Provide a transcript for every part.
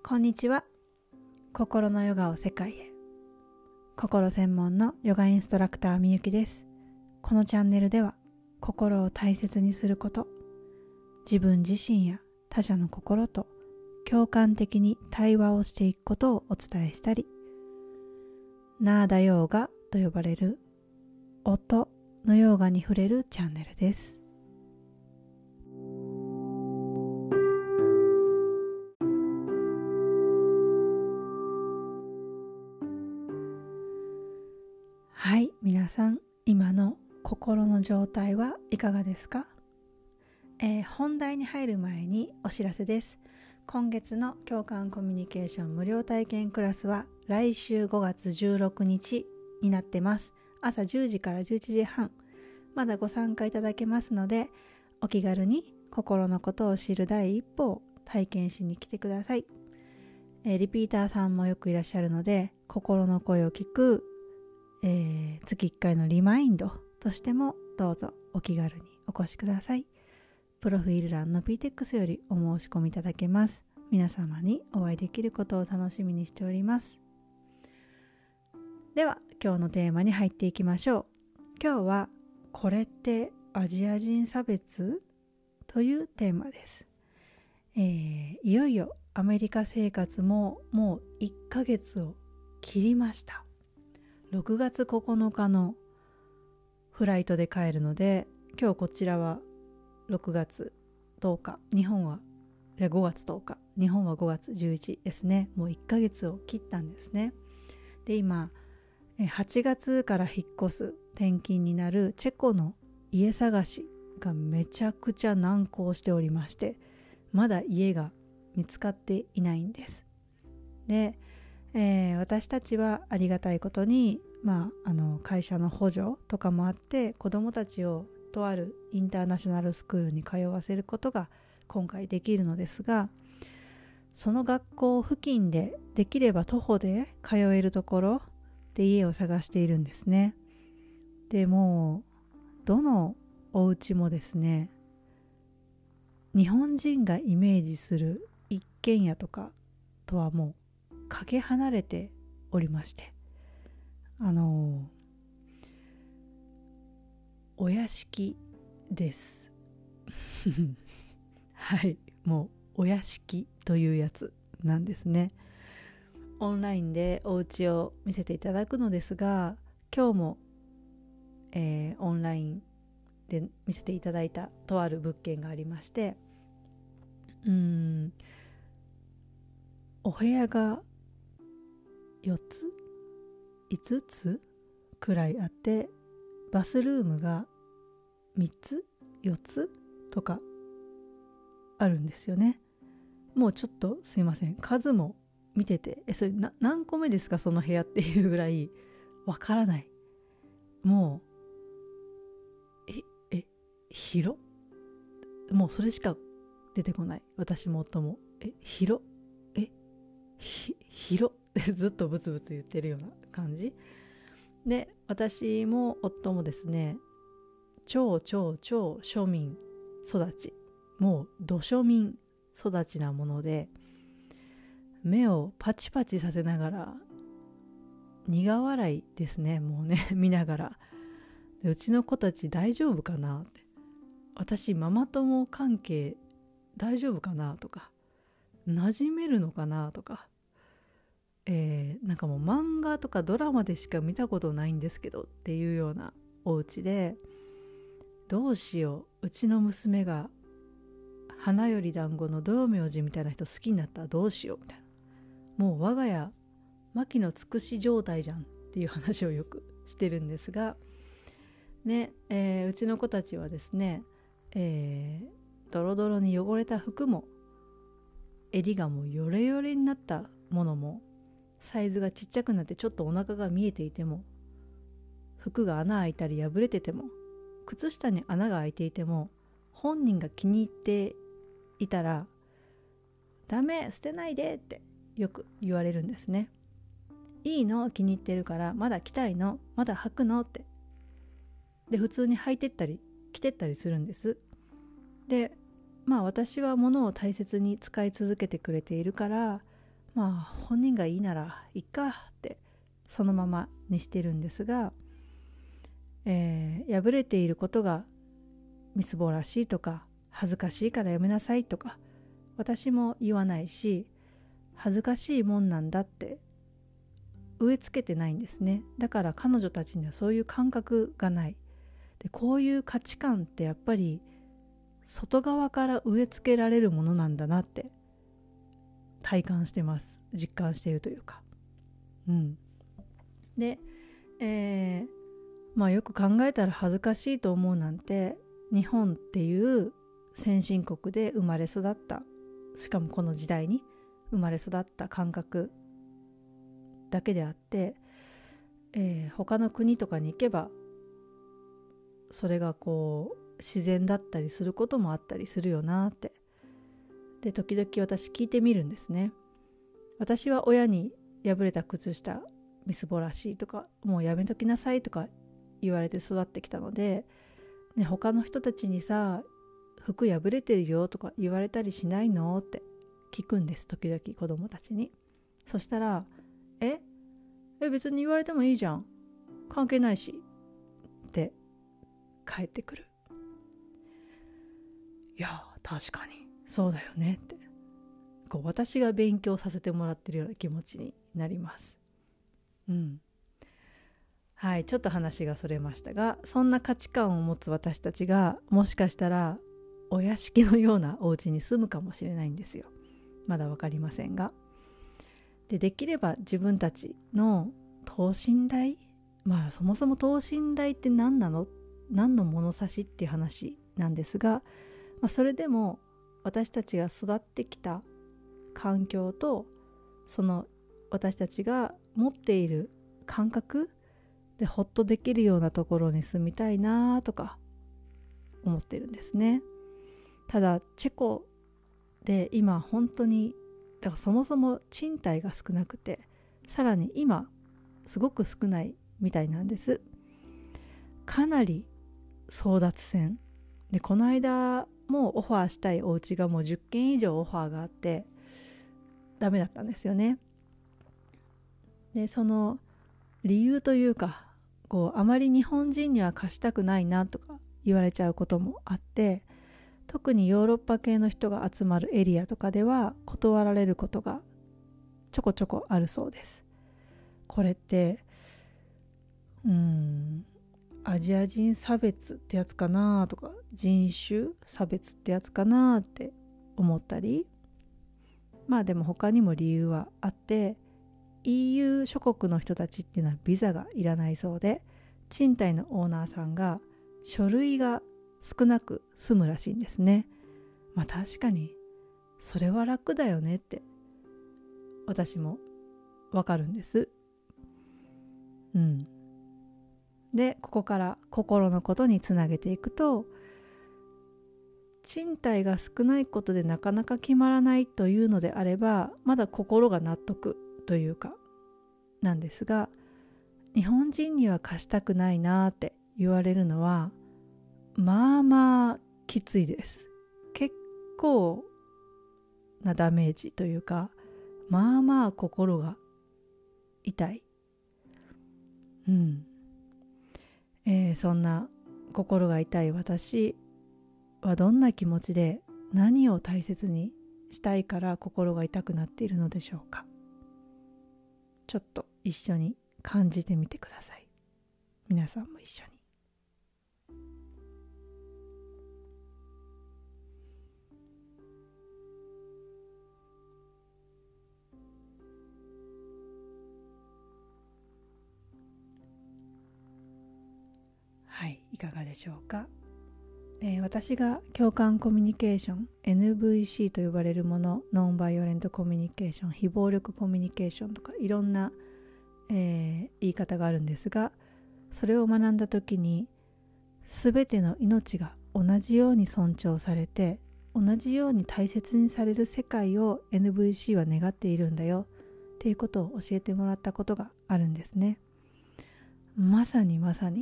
こんにちは。心のヨガを世界へ。心専門のヨガインストラクターみゆきです。このチャンネルでは心を大切にすること、自分自身や他者の心と共感的に対話をしていくことをお伝えしたり、ナーダヨーガと呼ばれる音のヨーガに触れるチャンネルです。はい、皆さん、今の心の状態はいかがですか？本題に入る前にお知らせです。今月の共感コミュニケーション無料体験クラスは来週5月16日になってます。朝10時から11時半、まだご参加いただけますので、お気軽に心のことを知る第一歩を体験しに来てください。リピーターさんもよくいらっしゃるので、心の声を聞く月1回のリマインドとしてもどうぞお気軽にお越しください。プロフィール欄の PTX よりお申し込みいただけます。皆様にお会いできることを楽しみにしております。では今日のテーマに入っていきましょう。今日はこれってアジア人差別というテーマです。いよいよアメリカ生活ももう1ヶ月を切りました。6月9日のフライトで帰るので、今日こちらは6月10日、日本は5月10日、日本は5月11ですね。もう1ヶ月を切ったんですね。で、今8月から引っ越す転勤になるチェコの家探しがめちゃくちゃ難航しておりまして、まだ家が見つかっていないんです。で、私たちはありがたいことに、会社の補助とかもあって子どもたちをとあるインターナショナルスクールに通わせることが今回できるのですが、その学校付近でできれば徒歩で通えるところで家を探しているんですね。でもどのお家もですね、日本人がイメージする一軒家とかとはもうかけ離れておりまして、お屋敷ですはい、もうお屋敷というやつなんですね。オンラインでお家を見せていただくのですが、今日も、オンラインで見せていただいたとある物件がありまして、お部屋が4つ5つくらいあって、バスルームが3つ4つとかあるんですよね。もうちょっとすいません、数も見ててそれ何個目ですかその部屋っていうぐらいわからない。もう広、もうそれしか出てこない。私も夫も広広ってずっとブツブツ言ってるような感じで、私も夫もですね、超庶民育ち、もう土庶民育ちなもので、目をパチパチさせながら苦笑いですね。もうね見ながら、うちの子たち大丈夫かなって、私ママ友関係大丈夫かなとか、馴染めるのかなとか、なんかもう漫画とかドラマでしか見たことないんですけどっていうようなお家で、どうしよう、うちの娘が花より団子の道明寺みたいな人好きになったらどうしようみたいな、もう我が家牧野つくし状態じゃんっていう話をよくしてるんですがね、うちの子たちはですね、ドロドロに汚れた服も、襟がもうヨレヨレになったものも、サイズがちっちゃくなってちょっとお腹が見えていても、服が穴開いたり破れてても、靴下に穴が開いていても、本人が気に入っていたらダメ、捨てないでってよく言われるんですね。いいの、気に入ってるから、まだ着たいの、まだ履くのって。で普通に履いてったり着てったりするんです。で私は物を大切に使い続けてくれているから、 まあ本人がいいならいいかってそのままにしてるんですが、破れていることがみすぼらしいとか恥ずかしいからやめなさいとか私も言わないし、恥ずかしいもんなんだって植え付けてないんですね。だから彼女たちにはそういう感覚がない。でこういう価値観ってやっぱり外側から植え付けられるものなんだなって体感してます。実感しているというか。で、よく考えたら恥ずかしいと思うなんて、日本っていう先進国で生まれ育った、しかもこの時代に生まれ育った感覚だけであって、他の国とかに行けばそれがこう自然だったりすることもあったりするよなって。で時々私聞いてみるんですね。私は親に破れた靴下みすぼらしいとかもうやめときなさいとか言われて育ってきたので、他の人たちにさ服破れてるよとか言われたりしないのって聞くんです、時々子供たちに。そしたら別に言われてもいいじゃん、関係ないしって返ってくる。いや確かにそうだよねって、こう私が勉強させてもらってるような気持ちになります。はい、ちょっと話がそれましたが、そんな価値観を持つ私たちがもしかしたらお屋敷のようなお家に住むかもしれないんですよ。まだ分かりませんが。できれば自分たちの等身大、そもそも等身大って何なの、何の物差しっていう話なんですが、それでも私たちが育ってきた環境とその私たちが持っている感覚でほっとできるようなところに住みたいなとか思ってるんですね。ただチェコで今本当にだからそもそも賃貸が少なくて、さらに今すごく少ないみたいなんです。かなり争奪戦で、この間もうオファーしたいお家がもう10件以上オファーがあってダメだったんですよね。でその理由というか、あまり日本人には貸したくないなとか言われちゃうこともあって、特にヨーロッパ系の人が集まるエリアとかでは断られることがちょこちょこあるそうです。これってアジア人差別ってやつかなとか、人種差別ってやつかなって思ったり、でも他にも理由はあって、 EU 諸国の人たちっていうのはビザがいらないそうで、賃貸のオーナーさんが書類が少なく済むらしいんですね。確かにそれは楽だよねって私もわかるんです。でここから心のことにつなげていくと、賃貸が少ないことでなかなか決まらないというのであればまだ心が納得というかなんですが、日本人には貸したくないなって言われるのはきついです。結構なダメージというか、心が痛い。そんな心が痛い私はどんな気持ちで何を大切にしたいから心が痛くなっているのでしょうか。ちょっと一緒に感じてみてください。皆さんも一緒に。はい、いかがでしょうか。私が共感コミュニケーション NVC と呼ばれるもの、ノンバイオレントコミュニケーション、非暴力コミュニケーションとかいろんな、言い方があるんですが、それを学んだ時に全ての命が同じように尊重されて同じように大切にされる世界を NVC は願っているんだよっていうことを教えてもらったことがあるんですね。まさに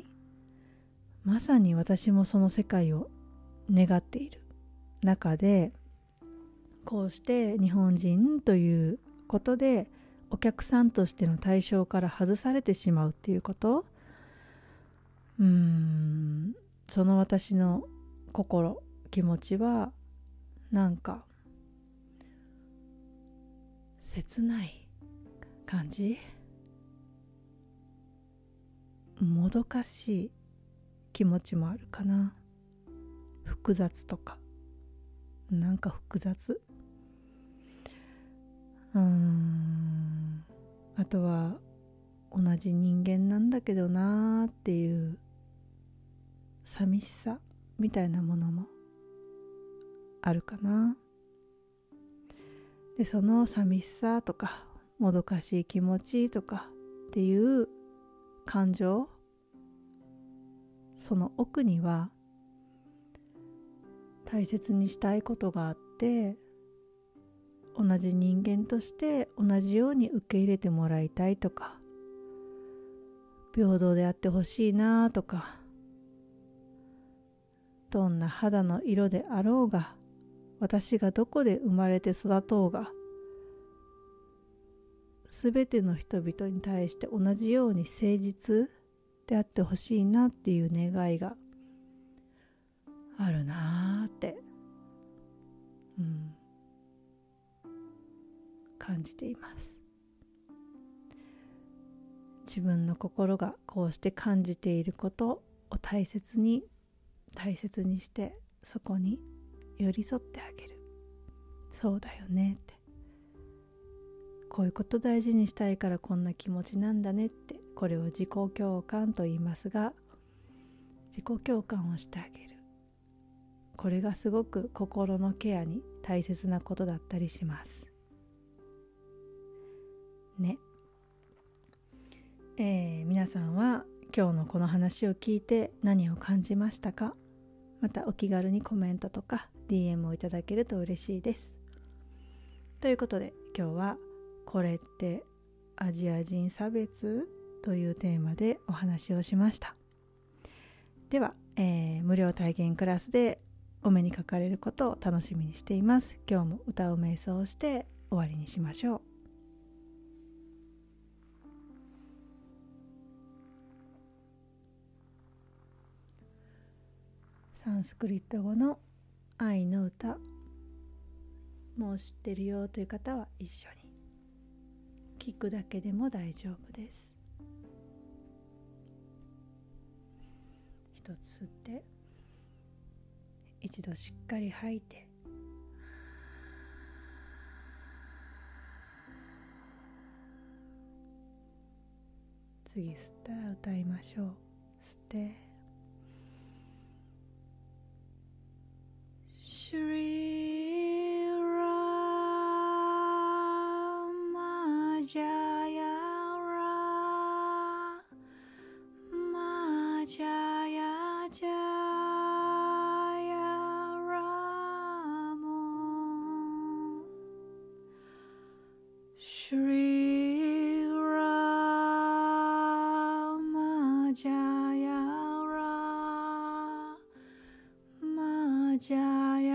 私もその世界を願っている中で、こうして日本人ということでお客さんとしての対象から外されてしまうっていうこと、その私の心、気持ちはなんか切ない感じ、もどかしい気持ちもあるかな。複雑とか、なんか複雑。あとは同じ人間なんだけどなーっていう寂しさみたいなものもあるかな。でその寂しさとかもどかしい気持ちとかっていう感情、その奥には大切にしたいことがあって、同じ人間として同じように受け入れてもらいたいとか、平等であってほしいなとか、どんな肌の色であろうが、私がどこで生まれて育とうが、すべての人々に対して同じように誠実であってほしいなっていう願いがあるなーって、感じています。自分の心がこうして感じていることを大切にして、そこに寄り添ってあげる。そうだよねって、こういうこと大事にしたいからこんな気持ちなんだねって、これを自己共感と言いますが、自己共感をしてあげる、これがすごく心のケアに大切なことだったりしますね。皆さんは今日のこの話を聞いて何を感じましたか？またお気軽にコメントとか DM をいただけると嬉しいです。ということで今日はこれってアジア人差別というテーマでお話をしました。では、無料体験クラスでお目にかかれることを楽しみにしています。今日も歌う瞑想をして終わりにしましょう。サンスクリット語の愛の歌、もう知ってるよという方は一緒に聞くだけでも大丈夫です。一つ吸って、一度しっかり吐いて、次吸ったら歌いましょう。吸って、シュリラマジャヤラマジャヤジャヤラモシュリラマジャヤラマジャヤ